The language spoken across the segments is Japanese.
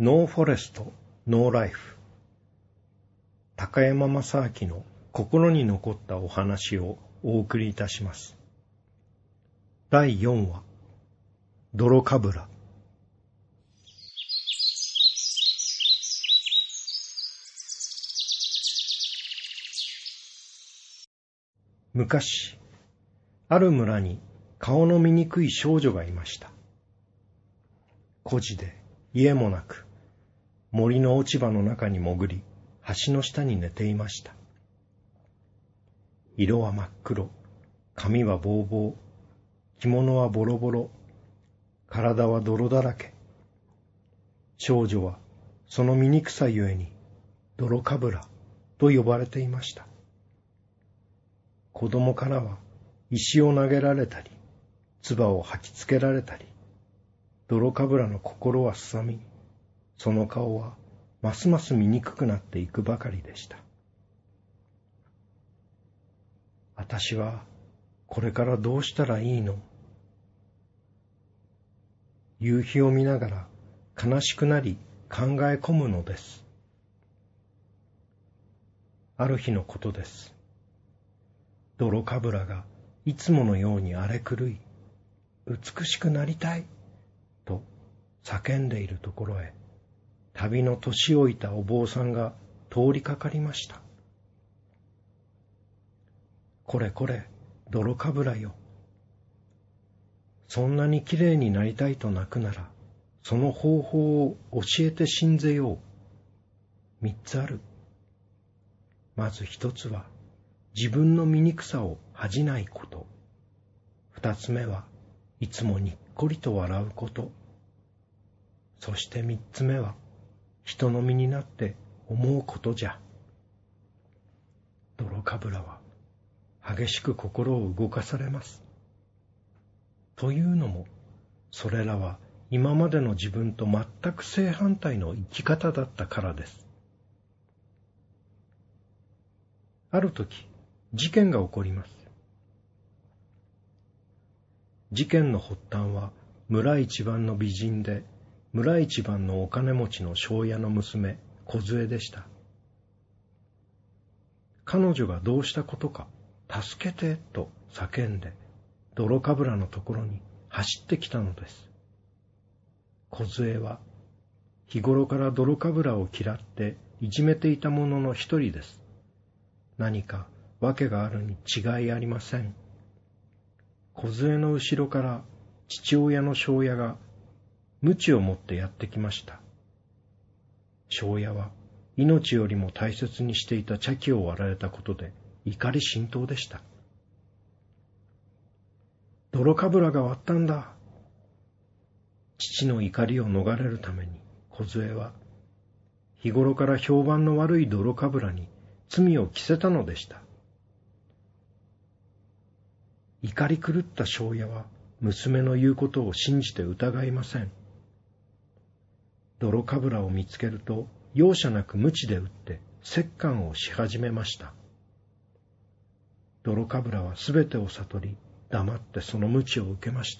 ノーフォレスト、ノーライフ。高山正明の心に残ったお話をお送りいたします。第4話、泥かぶら。昔、ある村に顔の見にくい少女がいました。孤児で家もなく、森の落ち葉の中に潜り、橋の下に寝ていました。色は真っ黒、髪はぼうぼう、着物はボロボロ、体は泥だらけ。少女はその醜さゆえに泥かぶらと呼ばれていました。子供からは石を投げられたり、唾を吐きつけられたり、泥かぶらの心はすさみ、その顔はますます醜くなっていくばかりでした。私はこれからどうしたらいいの？夕日を見ながら悲しくなり考え込むのです。ある日のことです。泥かぶらがいつものように荒れ狂い、美しくなりたいと叫んでいるところへ、旅の年老いたお坊さんが通りかかりました。これこれ、泥かぶらよ。そんなにきれいになりたいと泣くなら、その方法を教えて信ぜよう。3つある。まず1つは、自分の醜さを恥じないこと。2つ目はいつもにっこりと笑うこと。そして3つ目は、人の身になって思うことじゃ。泥かぶらは激しく心を動かされます。というのも、それらは今までの自分と全く正反対の生き方だったからです。ある時、事件が起こります。事件の発端は、村一番の美人で、村一番のお金持ちの庄屋の娘、梢でした。彼女がどうしたことか、助けてと叫んで、泥かぶらのところに走ってきたのです。梢は、日頃から泥かぶらを嫌っていじめていた者の一人です。何か訳があるに違いありません。梢の後ろから父親の庄屋が鞭を持ってやってきました。庄屋は命よりも大切にしていた茶器を割られたことで怒り心頭でした。泥かぶらが割ったんだ。父の怒りを逃れるために梢は日頃から評判の悪い泥かぶらに罪を着せたのでした。怒り狂った庄屋は娘の言うことを信じて疑いません。泥かぶらを見つけると容赦なく鞭で打って折檻をし始めました。泥かぶらはすべてを悟り、黙ってその鞭を受けました。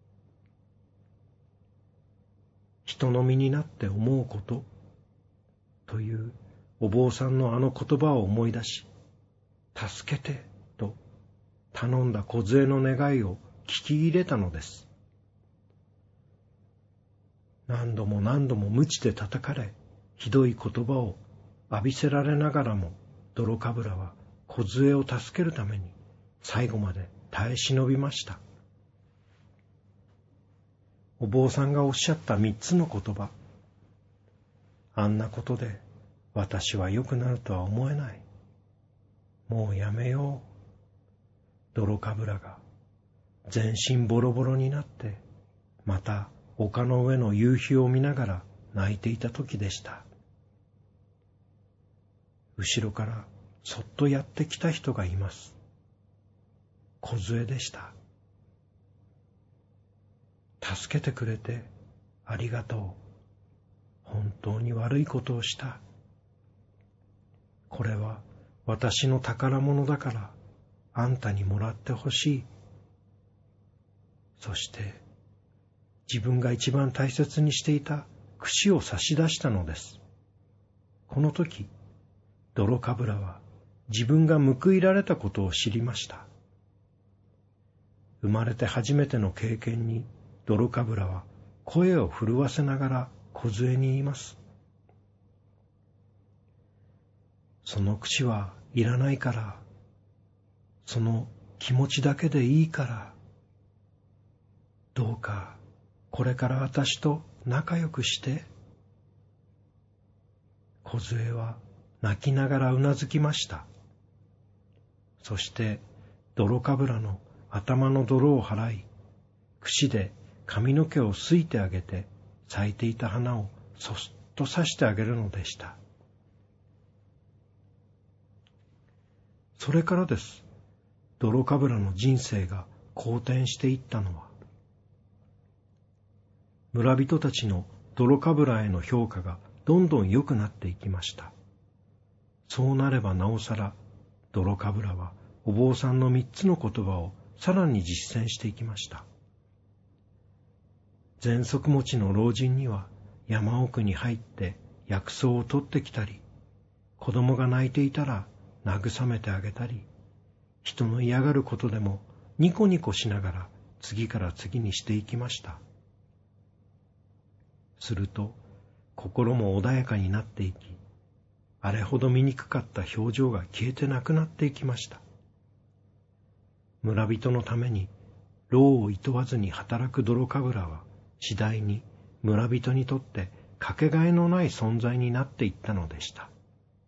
人の身になって思うことというお坊さんのあの言葉を思い出し、助けてと頼んだ梢の願いを聞き入れたのです。何度も何度も鞭で叩かれ、ひどい言葉を浴びせられながらも、泥かぶらは梢を助けるために最後まで耐え忍びました。お坊さんがおっしゃった3つの言葉。あんなことで私は良くなるとは思えない。もうやめよう。泥かぶらが全身ボロボロになって、また丘の上の夕日を見ながら泣いていた時でした。後ろからそっとやってきた人がいます。梢でした。助けてくれてありがとう。本当に悪いことをした。これは私の宝物だからあんたにもらってほしい。そして自分が一番大切にしていた櫛を差し出したのです。この時、泥かぶらは自分が報いられたことを知りました。生まれて初めての経験に、泥かぶらは声を震わせながら梢に言います。その櫛はいらないから、その気持ちだけでいいから、どうかこれから私と仲良くして。梢は泣きながらうなずきました。そして泥かぶらの頭の泥を払い、櫛で髪の毛をすいてあげて、咲いていた花をそっと刺してあげるのでした。それからです。泥かぶらの人生が好転していったのは、村人たちの泥かぶらへの評価がどんどん良くなっていきました。そうなればなおさら、泥かぶらはお坊さんの3つの言葉をさらに実践していきました。喘息持ちの老人には山奥に入って薬草を取ってきたり、子供が泣いていたら慰めてあげたり、人の嫌がることでもニコニコしながら次から次にしていきました。すると心も穏やかになっていき、あれほど醜かった表情が消えてなくなっていきました。村人のために労を厭わずに働く泥かぶらは次第に村人にとってかけがえのない存在になっていったのでした。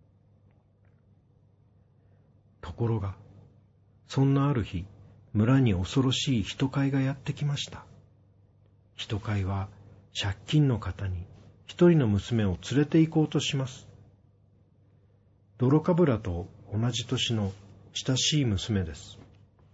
ところが、そんなある日、村に恐ろしい人飼いがやってきました。人飼いは借金の方に一人の娘を連れて行こうとします。泥かぶらと同じ年の親しい娘です。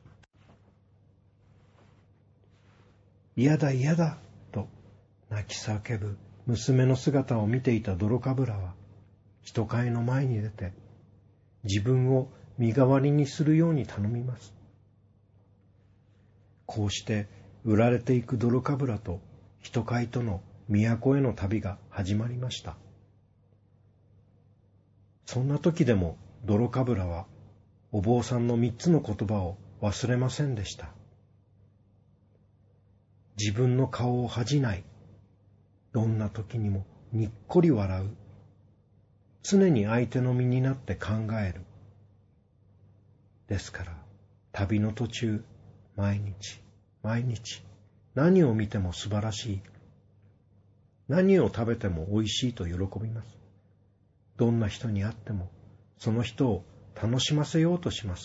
嫌だ嫌だと泣き叫ぶ娘の姿を見ていた泥かぶらは、人飼いの前に出て自分を身代わりにするように頼みます。こうして売られていく泥かぶらと人飼いとの都への旅が始まりました。そんな時でも泥かぶらはお坊さんの3つの言葉を忘れませんでした。自分の顔を恥じない。どんな時にもにっこり笑う。常に相手の身になって考える。ですから、旅の途中、毎日、毎日、何を見ても素晴らしい。何を食べてもおいしいと喜びます。どんな人に会っても、その人を楽しませようとします。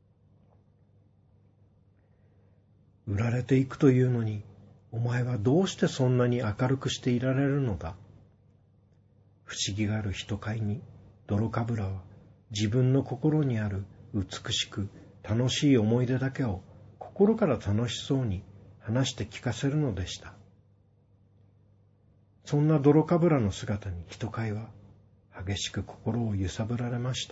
売られていくというのに、お前はどうしてそんなに明るくしていられるのだ。不思議がある人飼いに、泥かぶらは自分の心にある美しく楽しい思い出だけを心から楽しそうに話して聞かせるのでした。そんな泥かぶらの姿に人飼いは激しく心を揺さぶられました。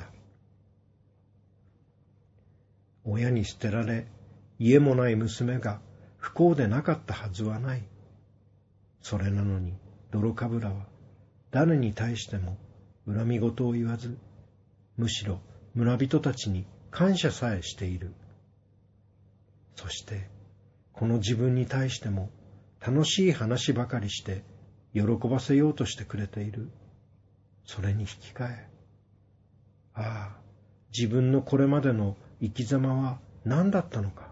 親に捨てられ、家もない娘が不幸でなかったはずはない。それなのに泥かぶらは誰に対しても恨み事を言わず、むしろ村人たちに感謝さえしている。そしてこの自分に対しても楽しい話ばかりして喜ばせようとしてくれている。それに引き換え、ああ、自分のこれまでの生き様は何だったのか。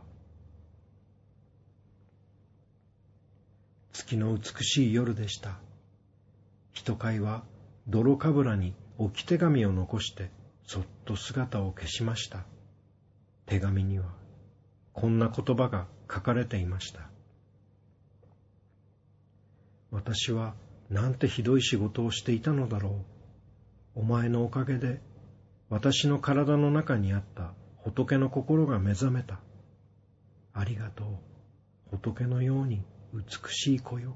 月の美しい夜でした。人飼いは泥かぶらに置き手紙を残してそっと姿を消しました。手紙にはこんな言葉が書かれていました。私はなんてひどい仕事をしていたのだろう。お前のおかげで私の体の中にあった仏の心が目覚めた。ありがとう、仏のように美しい子よ。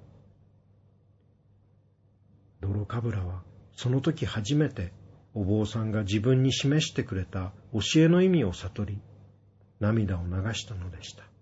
泥かぶらはその時初めてお坊さんが自分に示してくれた教えの意味を悟り、涙を流したのでした。